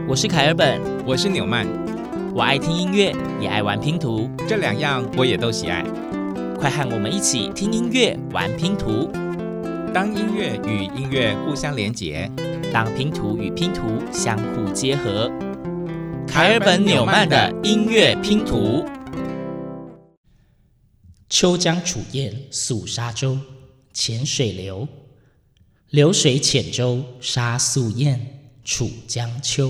我是凯尔本， 我是纽曼。 我爱听音乐，也爱玩拼图， 这两样我也都喜爱。 快和我们一起听音乐，玩拼图。 当音乐与音乐互相连结， 当拼图与拼图相互结合。凯尔本纽曼的音乐拼图。秋江楚燕宿沙洲，浅水流。流水浅舟沙宿燕，楚江秋。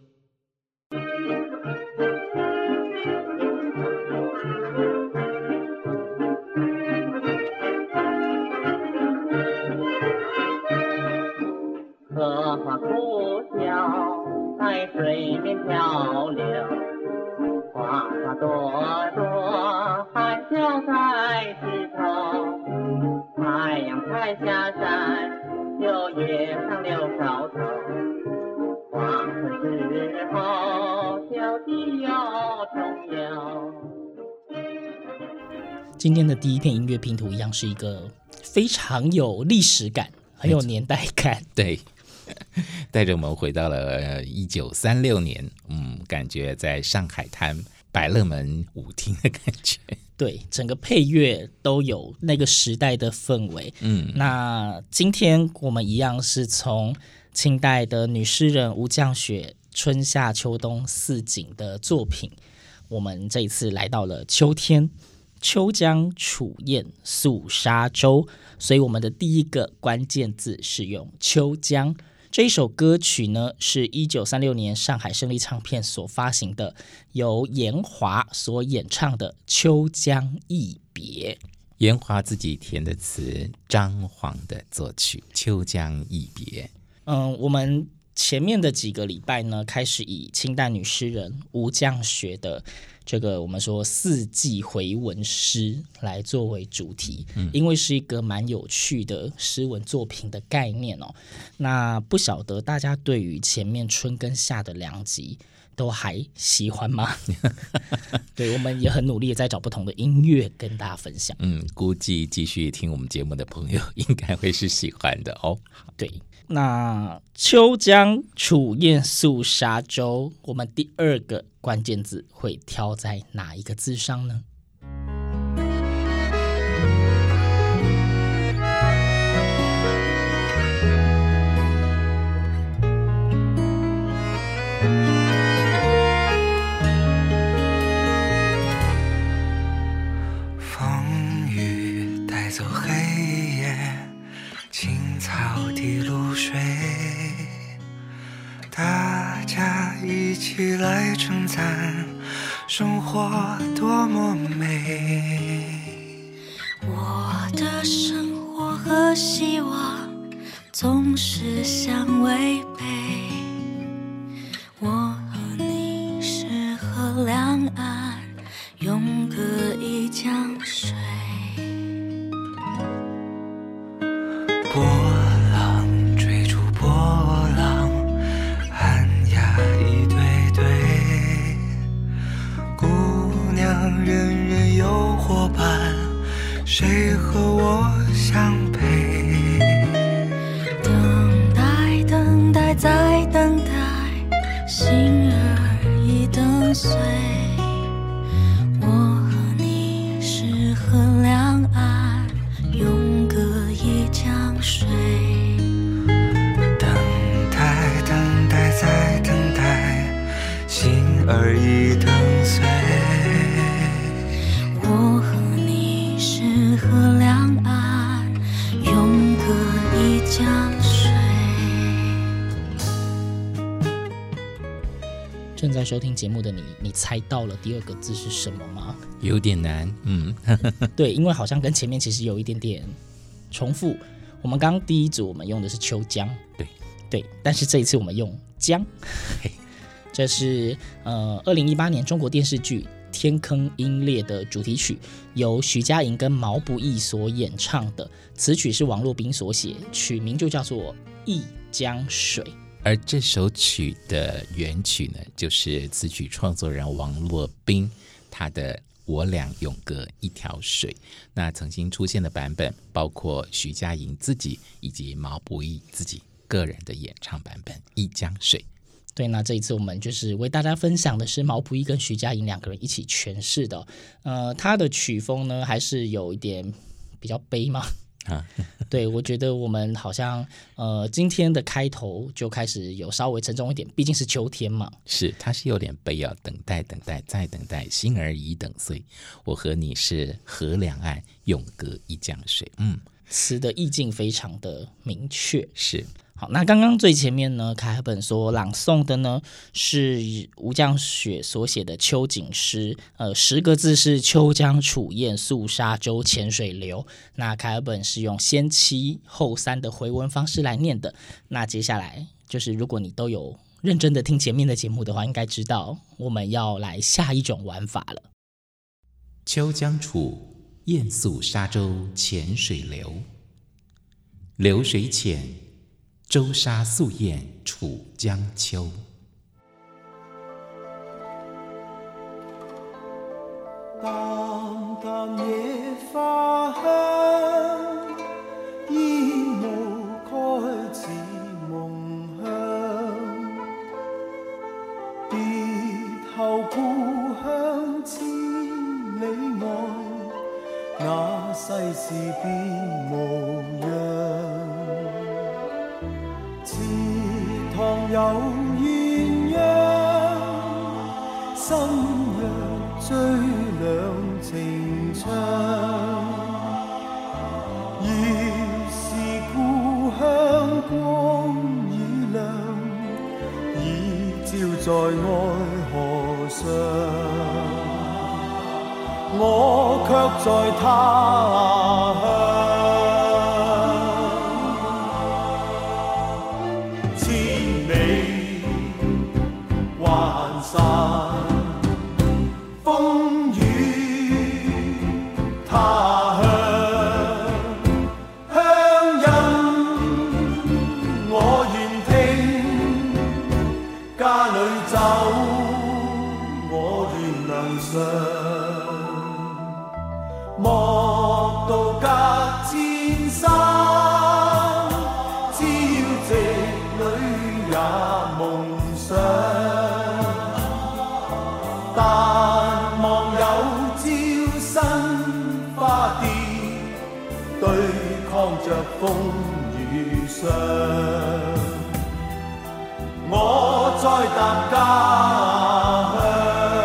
荷花哭笑在水面漂流，花花朵朵含笑在枝头。太阳才下山，就夜上柳梢头。黄昏之后，小溪又重游。 今天的第一片音乐拼图一样是一个非常有历史感、很有年代感。 对，带着我们回到了1936年，感觉在上海滩百乐门舞厅的感觉。 对，整个配乐都有那个时代的氛围。那今天我们一样是从清代的女诗人吴绛雪春夏秋冬四景的作品，我们这一次来到了秋天，秋江楚燕宿沙洲，所以我们的第一个关键字是用秋江。这一首歌曲呢，是1936年上海胜利唱片所发行的，由严华所演唱的《秋江一别》。 严华自己填的词，张煌的作曲，《秋江一别》。 我们前面的几个礼拜呢，开始以清代女诗人吴绛雪的这个我们说四季回文诗来作为主题，因为是一个蛮有趣的诗文作品的概念哦。那不晓得大家对于前面春跟夏的两集都还喜欢吗？对，我们也很努力在找不同的音乐跟大家分享。 估计继续听我们节目的朋友应该会是喜欢的哦。 对，那秋江楚燕宿沙洲，我们第二个关键字会挑在哪一个字上呢？ 风雨带走黑夜，青草滴露水，大家一起来称赞生活多么美。 我的生活和希望总是相违背，我和你是河两岸，永隔一江水。 波浪追逐波浪，寒鸦一对对，姑娘人人有伙伴，谁和我相配？ 等待等待再等待，心儿已等碎。我和你是河两岸，永隔一江水。 等待等待再等待，心儿已等碎。 我和你是河两岸，永隔一江水。 正在收听节目的你，你猜到了第二个字是什么吗？ 有点难， 对，因为好像跟前面其实有一点点重复。我们刚刚第一组我们用的是秋江，对，但是这一次我们用江，这是2018年中国电视剧《天坑鹰猎》的主题曲，由徐佳莹跟毛不易所演唱的，词曲是王洛宾所写，曲名就叫做《一江水》。 而这首曲的原曲呢，就是词曲创作人王洛宾他的我俩永隔一条水。那曾经出现的版本包括徐佳莹自己以及毛不易自己个人的演唱版本《一江水》。 对，那这一次我们就是为大家分享的是毛不易跟徐佳莹两个人一起诠释的他的曲风呢还是有一点比较悲嘛对，我觉得我们好像今天的开头就开始有稍微沉重一点，毕竟是秋天嘛。 是，它是有点悲啊，等待等待再等待，心儿已等碎，我和你是河两岸，永隔一江水。 词的意境非常的明确。 是。 好，那刚刚最前面呢，凯本所朗诵的呢是吴绛雪所写的秋景诗，10个字是秋江楚燕宿沙洲浅水流。那凯尔本是用先7后3的回文方式来念的。那接下来就是如果你都有认真的听前面的节目的话，应该知道我们要来下一种玩法了。 秋江楚燕宿沙洲浅水流，流水浅，舟沙宿燕楚江秋。 淡淡野花香，煙霧開似夢鄉。別後故鄉千里外，那世事變無恙。池塘有鴛鴦，心若追兩情長。要是故鄉光與亮，已照在愛河上，我卻在他鄉。莫道隔千山，只要直女也夢想。但望有朝新花蝶，對抗着風雨霜。我在踏家鄉。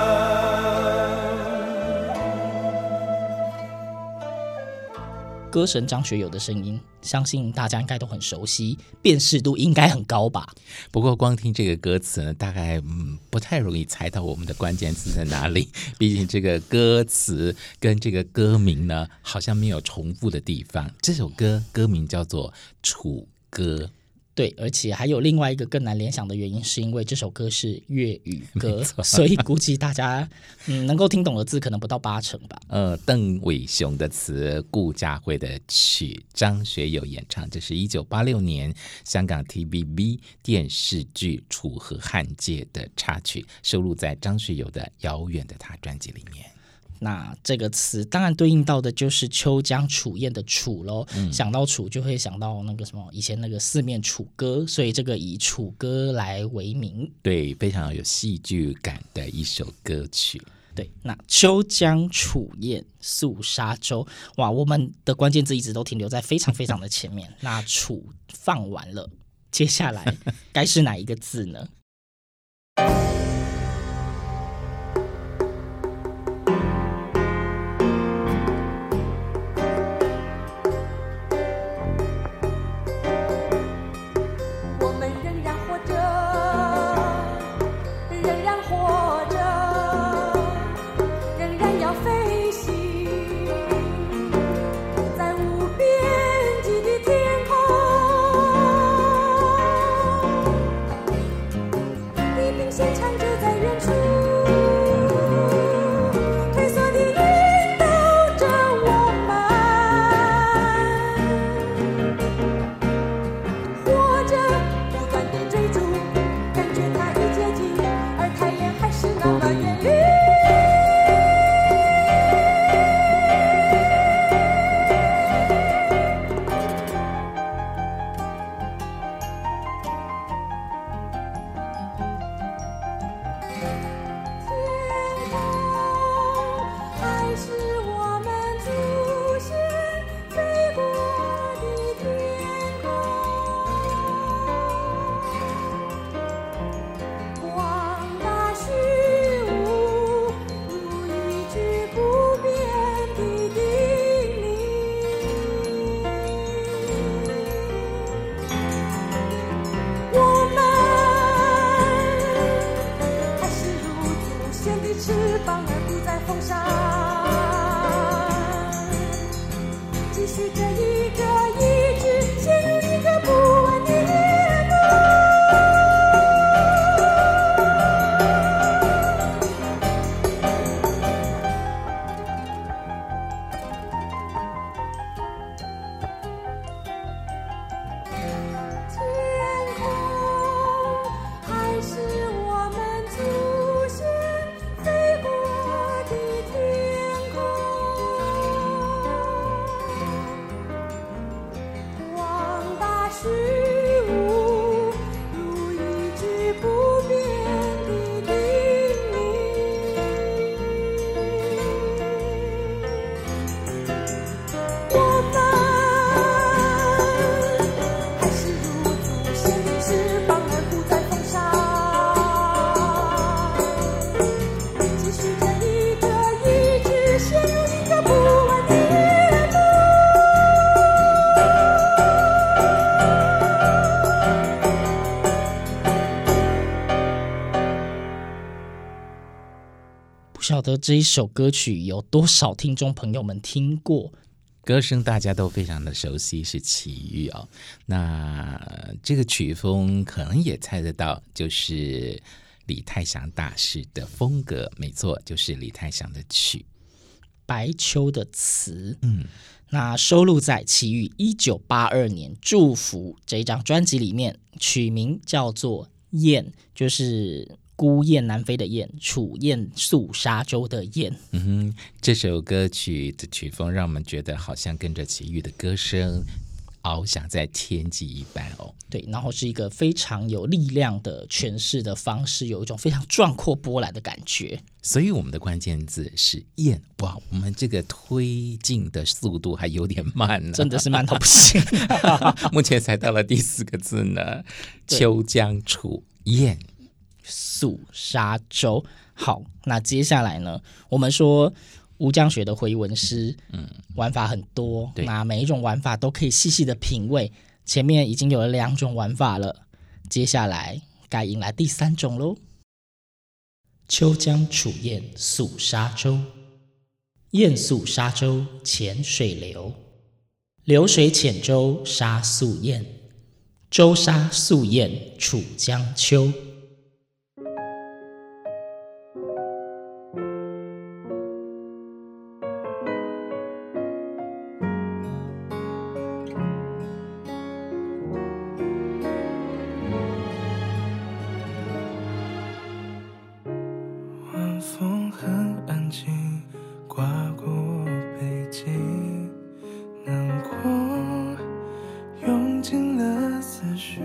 歌神张学友的声音，相信大家应该都很熟悉，辨识度应该很高吧。 不过光听这个歌词呢，大概不太容易猜到我们的关键字在哪里。毕竟这个歌词跟这个歌名呢，好像没有重复的地方。这首歌歌名叫做《楚歌》。 对，而且还有另外一个更难联想的原因，是因为这首歌是粤语歌，所以估计大家能够听懂的字可能不到80%吧。 邓伟雄的词，顾嘉辉的曲，张学友演唱，这是1986年香港 TVB 电视剧《楚河汉界》的插曲，收录在张学友的《遥远的他》专辑里面。 那这个词当然对应到的就是秋江楚燕的楚咯，想到楚就会想到那个什么以前那个四面楚歌，所以这个以楚歌来为名。 对，非常有戏剧感的一首歌曲。 对，那秋江楚燕宿沙洲，哇，我们的关键字一直都停留在非常非常的前面。那楚放完了，接下来该是哪一个字呢？ 晓得这一首歌曲有多少听众朋友们听过？ 歌声大家都非常的熟悉，是齐豫哦。那这个曲风可能也猜得到，就是李泰祥大师的风格，没错，就是李泰祥的曲。 白秋的词，那收录在齐豫1982年《祝福》这一张专辑里面，曲名叫做《雁》，就是孤雁南飞的雁，楚雁宿沙洲的雁。 这首歌曲的曲风让我们觉得好像跟着齐豫的歌声翱翔在天际一般哦。 对，然后是一个非常有力量的诠释的方式，有一种非常壮阔波澜的感觉。 所以我们的关键字是雁。哇，我们这个推进的速度还有点慢呢， 真的是慢到不行。 目前才到了第4个字呢，秋江楚雁宿沙洲。好，那接下来呢，我们说吴江雪的回文诗，玩法很多，那每一种玩法都可以细细的品味。前面已经有了2种玩法了，接下来该迎来第3种喽。秋江楚雁宿沙洲，雁宿沙洲浅水流，流水浅舟沙宿雁，舟沙宿雁楚江秋。 晚风很安静，刮过我背脊，难过涌进了思绪，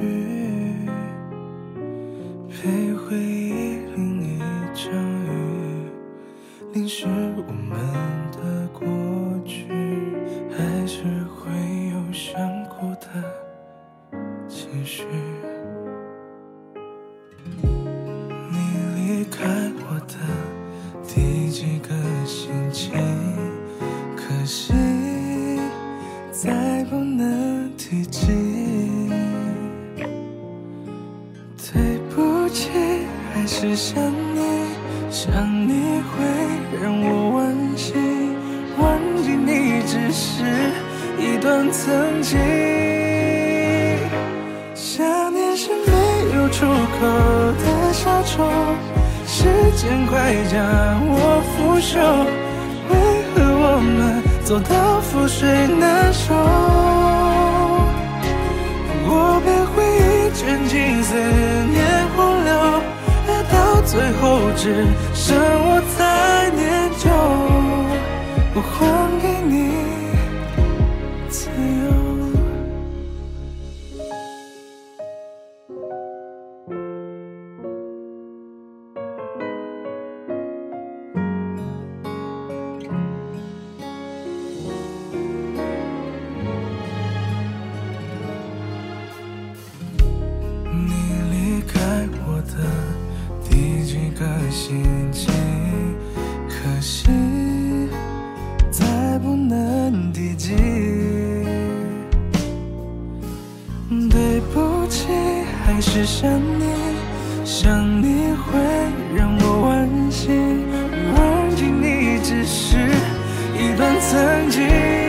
陪回忆淋一场雨，淋湿我们的过去，还是会有想哭的情绪。你离开我的第几个星期，可惜再不能提及。对不起，还是想你，想你会让我惋惜，忘记你只是一段曾经。想念是没有出口的沙洲，时间快将我腐朽，为何我们走到覆水难收？我被回忆卷进思念洪流，而到最后只剩我在念旧。我还给你自由。心情可惜再不能提及，对不起，还是想你，想你会让我惋惜，忘记你只是一段曾经。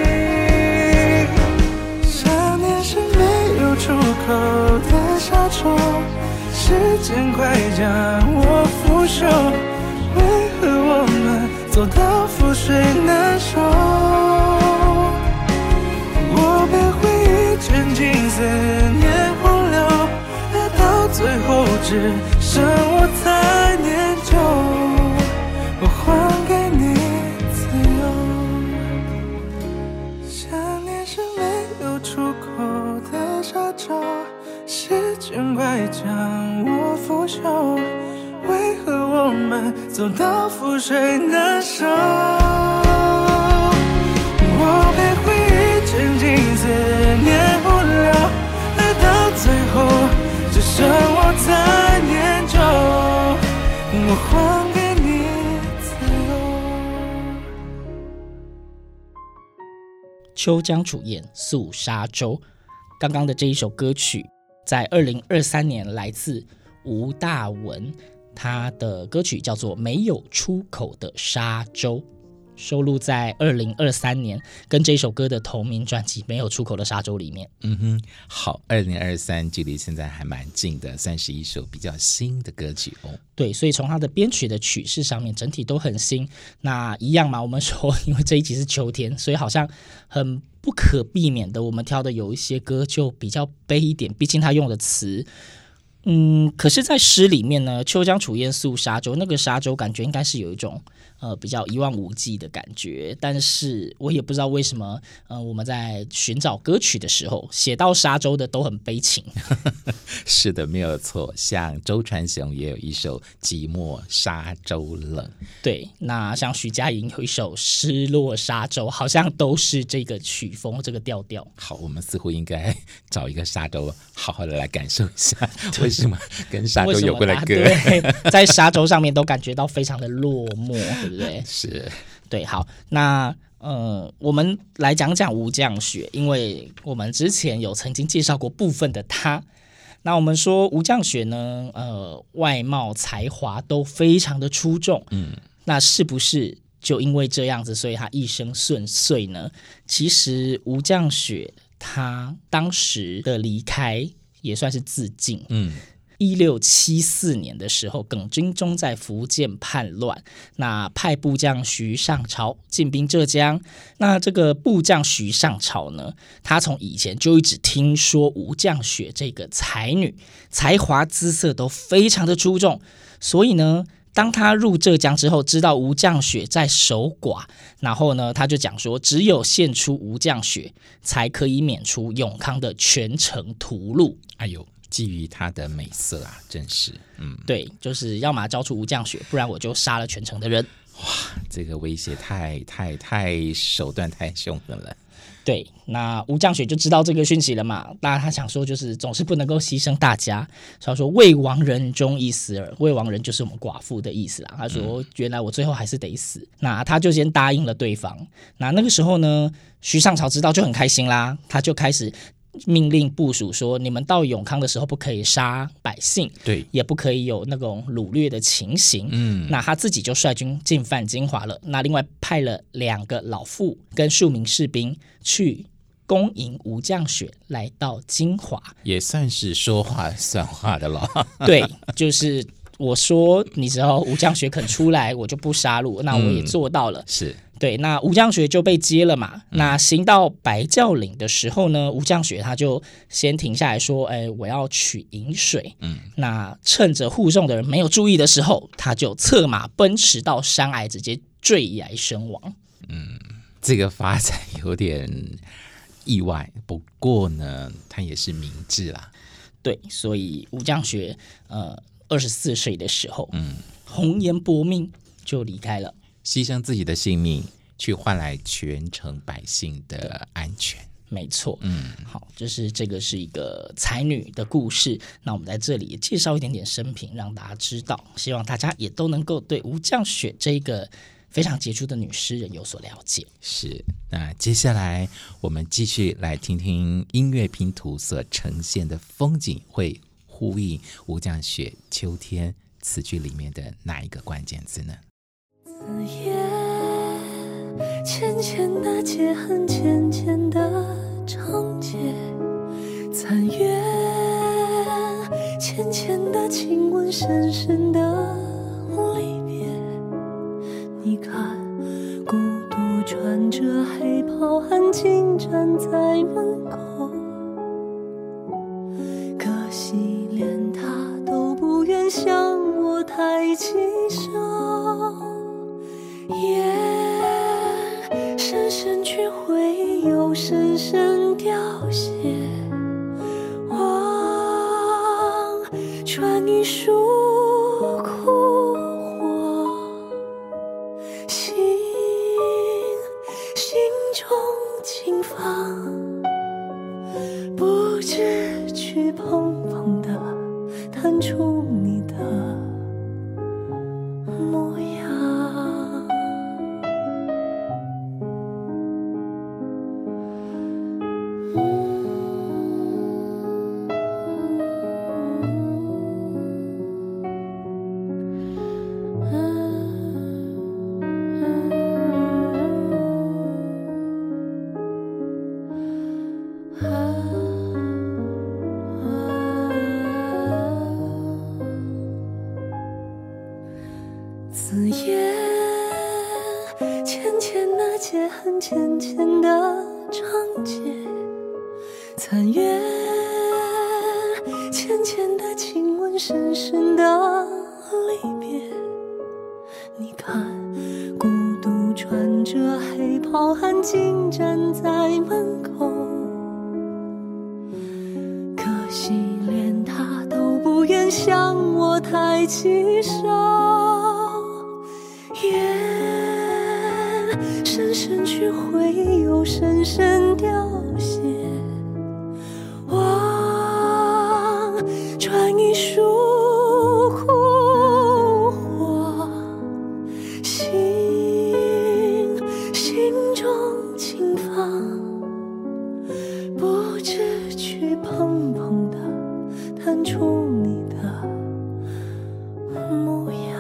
想念是没有出口的沙洲，时间快将我腐朽，为何我们走到覆水难收？我被回忆卷进思念洪流，而到最后只剩我在念旧。我还给你自由。想念是没有出口的沙洲，时间快将我腐朽，为何我们走到覆水难收？我被回忆卷进思念洪流，而到最后只剩我在念旧。我还给你自由。 秋江楚雁宿沙洲，刚刚的这一首歌曲在2023年来自吴大文， 他的歌曲叫做《没有出口的沙洲》，收录在2023年跟这首歌的同名专辑《没有出口的沙洲》里面。 好，2023距离现在还蛮近的，算是一首比较新的歌曲哦。 对，所以从它的编曲的曲式上面，整体都很新。那一样嘛，我们说，因为这一集是秋天，所以好像很不可避免的，我们挑的有一些歌就比较悲一点，毕竟他用的词。可是，在诗里面呢，秋江楚烟宿沙洲，那个沙洲感觉应该是有一种比较一望无际的感觉，但是我也不知道为什么，我们在寻找歌曲的时候，写到沙洲的都很悲情。 是的，没有错。像周传雄也有一首《寂寞沙洲冷》， 对，那像徐佳莹有一首《失落沙洲》，好像都是这个曲风，这个调调。 好，我们似乎应该找一个沙洲，好好的来感受一下，为什么跟沙洲有关的歌？ 对，在沙洲上面都感觉到非常的落寞，对不对？ 是， 对。好，那我们来讲讲吴绛雪，因为我们之前有曾经介绍过部分的他。那我们说吴绛雪呢，外貌才华都非常的出众，那是不是就因为这样子，所以他一生顺遂呢？其实吴绛雪他当时的离开也算是自尽。1674年的时候，耿君忠在福建叛乱，那派部将徐上朝进兵浙江。那这个部将徐上朝呢，他从以前就一直听说吴绛雪这个才女，才华姿色都非常的出众，所以呢，当他入浙江之后，知道吴绛雪在守寡，然后呢，他就讲说，只有献出吴绛雪，才可以免除永康的全城屠戮。 哎呦，觊觎她的美色啊，真是， 对，就是要么交出吴绛雪，不然我就杀了全城的人。 哇，这个威胁太手段太凶狠了。 对，那吴绛雪就知道这个讯息了嘛，那他想说就是总是不能够牺牲大家，所以他说未亡人终亦死耳，未亡人就是我们寡妇的意思啦。他说原来我最后还是得死，那他就先答应了对方。那个时候呢，徐上朝知道就很开心啦，他就开始命令部属说，你们到永康的时候不可以杀百姓， 对， 也不可以有那种掳掠的情形。那他自己就率军进犯金华了。那另外派了2个老妇跟数名士兵去恭迎吴绛雪来到金华， 也算是说话算话的了。 对，就是我说你只要吴绛雪肯出来，我就不杀戮，那我也做到了。 是。 对，那吴绛雪就被接了嘛。那行到白教岭的时候呢，吴绛雪他就先停下来说：“我要取饮水。”那趁着护送的人没有注意的时候，他就策马奔驰到山崖，直接坠崖身亡。 这个发展有点意外，不过呢，他也是明智啦。 对，所以吴绛雪24岁的时候，红颜薄命就离开了。 牺牲自己的性命去换来全城百姓的安全， 没错。好，这个是一个才女的故事。那我们在这里也介绍一点点生平，让大家知道，希望大家也都能够对吴绛雪这个非常杰出的女诗人有所了解。 是，那接下来我们继续来听听音乐拼图所呈现的风景，会呼应吴绛雪秋天词句里面的哪一个关键字呢？ 子夜浅浅的街，很浅浅的长街，残月浅浅的亲吻，深深的离别。你看孤独穿着黑袍，安静站在门口，可惜连他都不愿向我抬起手，夜深深去回又深深凋谢，望穿一束枯火，心中轻放，不知去碰碰的弹出你的模样。 但愿浅浅的亲吻，深深的离别。你看，孤独穿着黑袍，安静站在门口，可惜连他都不愿向我抬起手。愿深深去回忆，又深深凋谢。望转一束枯火，心中轻放，不知去碰碰的弹出你的模样。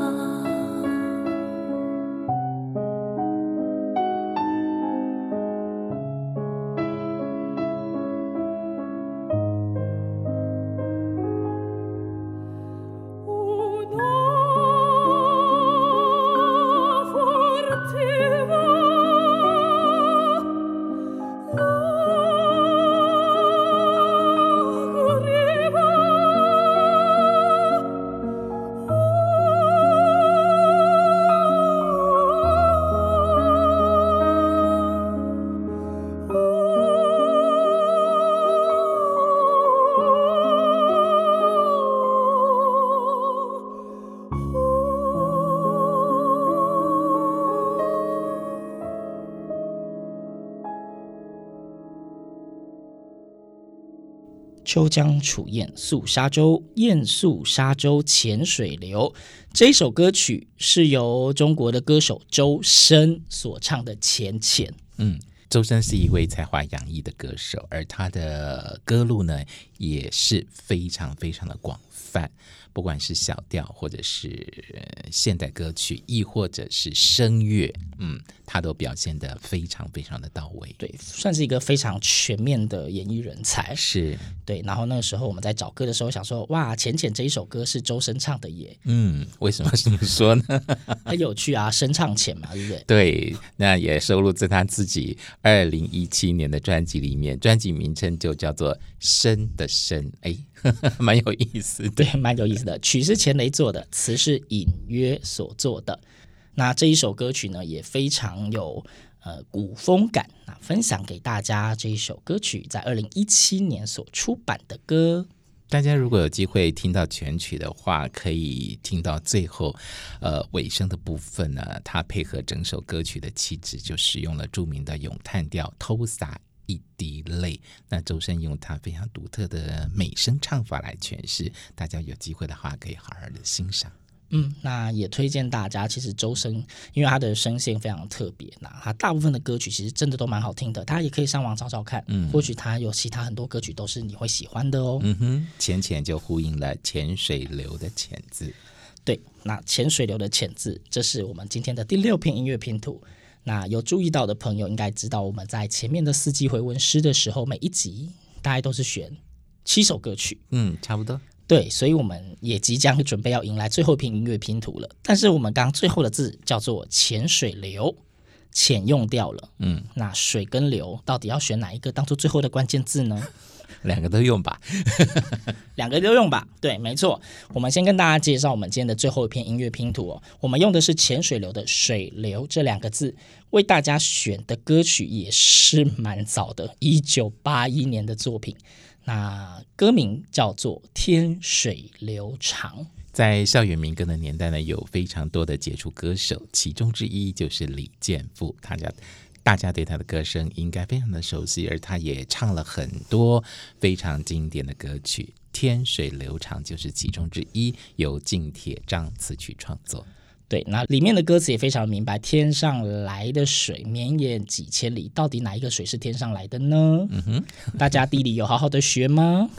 秋江楚燕宿沙洲，燕宿沙洲浅水流。这一首歌曲是由中国的歌手周深所唱的《浅浅》。 周深是一位才华洋溢的歌手，而他的歌路呢也是非常非常的广泛，不管是小调或者是现代歌曲，亦或者是声乐，他都表现得非常非常的到位。 对，算是一个非常全面的演艺人才。 是， 对。然后那个时候我们在找歌的时候想说，哇，浅浅这一首歌是周深唱的耶。 为什么这么说呢？ 很有趣啊，深唱浅嘛，对不对？ 对，那也收录在他自己2017年的专辑里面，专辑名称就叫做《深的深》，蛮有意思的。 对，蛮有意思的。曲是钱雷做的，词是隐约所做的。那这一首歌曲呢，也非常有古风感。那分享给大家这一首歌曲，在2017年所出版的歌。 大家如果有机会听到全曲的话，可以听到最后尾声的部分呢，它配合整首歌曲的气质，就使用了著名的咏叹调偷洒一滴泪。那周深用他非常独特的美声唱法来诠释，大家有机会的话可以好好的欣赏。 那也推荐大家，其实周深因为他的声线非常特别，那他大部分的歌曲其实真的都蛮好听的，大家也可以上网找找看，或许他有其他很多歌曲都是你会喜欢的哦。 浅浅就呼应了浅水流的浅字。 对，那浅水流的浅字，这是我们今天的第6篇音乐拼图。那有注意到的朋友应该知道，我们在前面的4季回文诗的时候，每一集大概都是选7首歌曲。 差不多。 对，所以我们也即将准备要迎来最后一篇音乐拼图了。但是我们刚刚最后的字叫做浅水流，浅用掉了。那水跟流到底要选哪一个当做最后的关键字呢？ 两个都用吧。 两个都用吧。对，没错。我们先跟大家介绍我们今天的最后一篇音乐拼图哦。我们用的是浅水流的水流这2个字，为大家选的歌曲也是蛮早的，1981年的作品。那歌名叫做《天水流长》。 在校园民歌的年代呢，有非常多的杰出歌手，其中之一就是李健富。大家对他的歌声应该非常的熟悉，而他也唱了很多非常经典的歌曲，《天水流长》就是其中之一，由靳铁章词曲创作。 对，那里面的歌词也非常明白，天上来的水绵延几千里，到底哪一个水是天上来的呢？大家地理有好好的学吗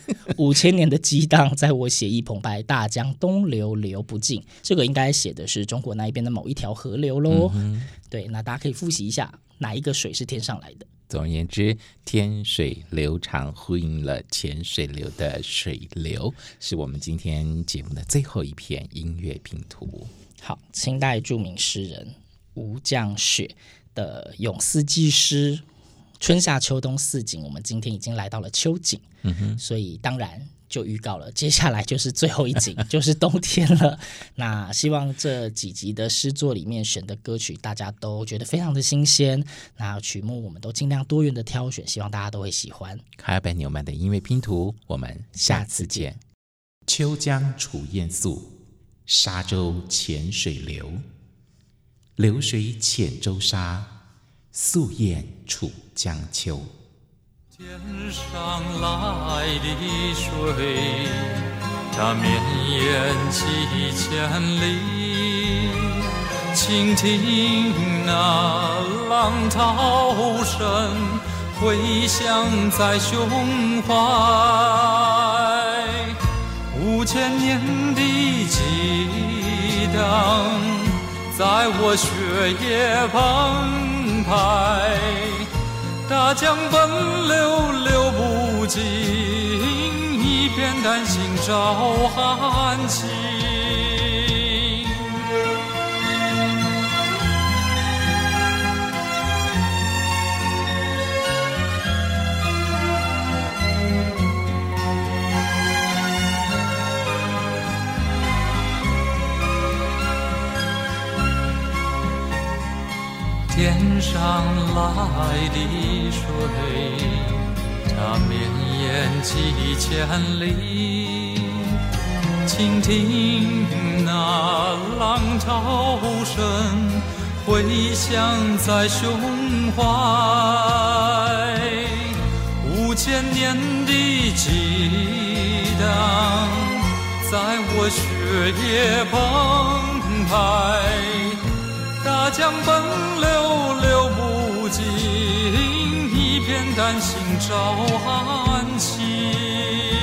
？5000年的激荡，在我血液澎湃，大江东流流不尽。这个应该写的是中国那一边的某一条河流咯。对，那大家可以复习一下，哪一个水是天上来的？ 总而言之，天水流长呼应了浅水流的水流，是我们今天节目的最后一篇音乐拼图。 好，清代著名诗人吴绛雪的咏四季诗春夏秋冬四景，我们今天已经来到了秋景，所以当然就预告了，接下来就是最后一景，就是冬天了。那希望这几集的诗作里面选的歌曲，大家都觉得非常的新鲜。那曲目我们都尽量多元的挑选，希望大家都会喜欢。 卡尔本纽曼的音乐拼图，我们下次见。秋江楚燕宿，沙洲浅水流。流水浅洲沙，宿燕楚江秋。 天上来的水，它绵延几千里。倾听那浪涛声，回响在胸怀。5000年的激荡，在我血液澎湃。大江奔流流不尽，一片丹心照汗青。天上来的水，它绵延几千里。倾听那浪潮声，回响在胸怀。5000年的激荡，在我血液澎湃。大江奔流流不尽，一片丹心照汗青。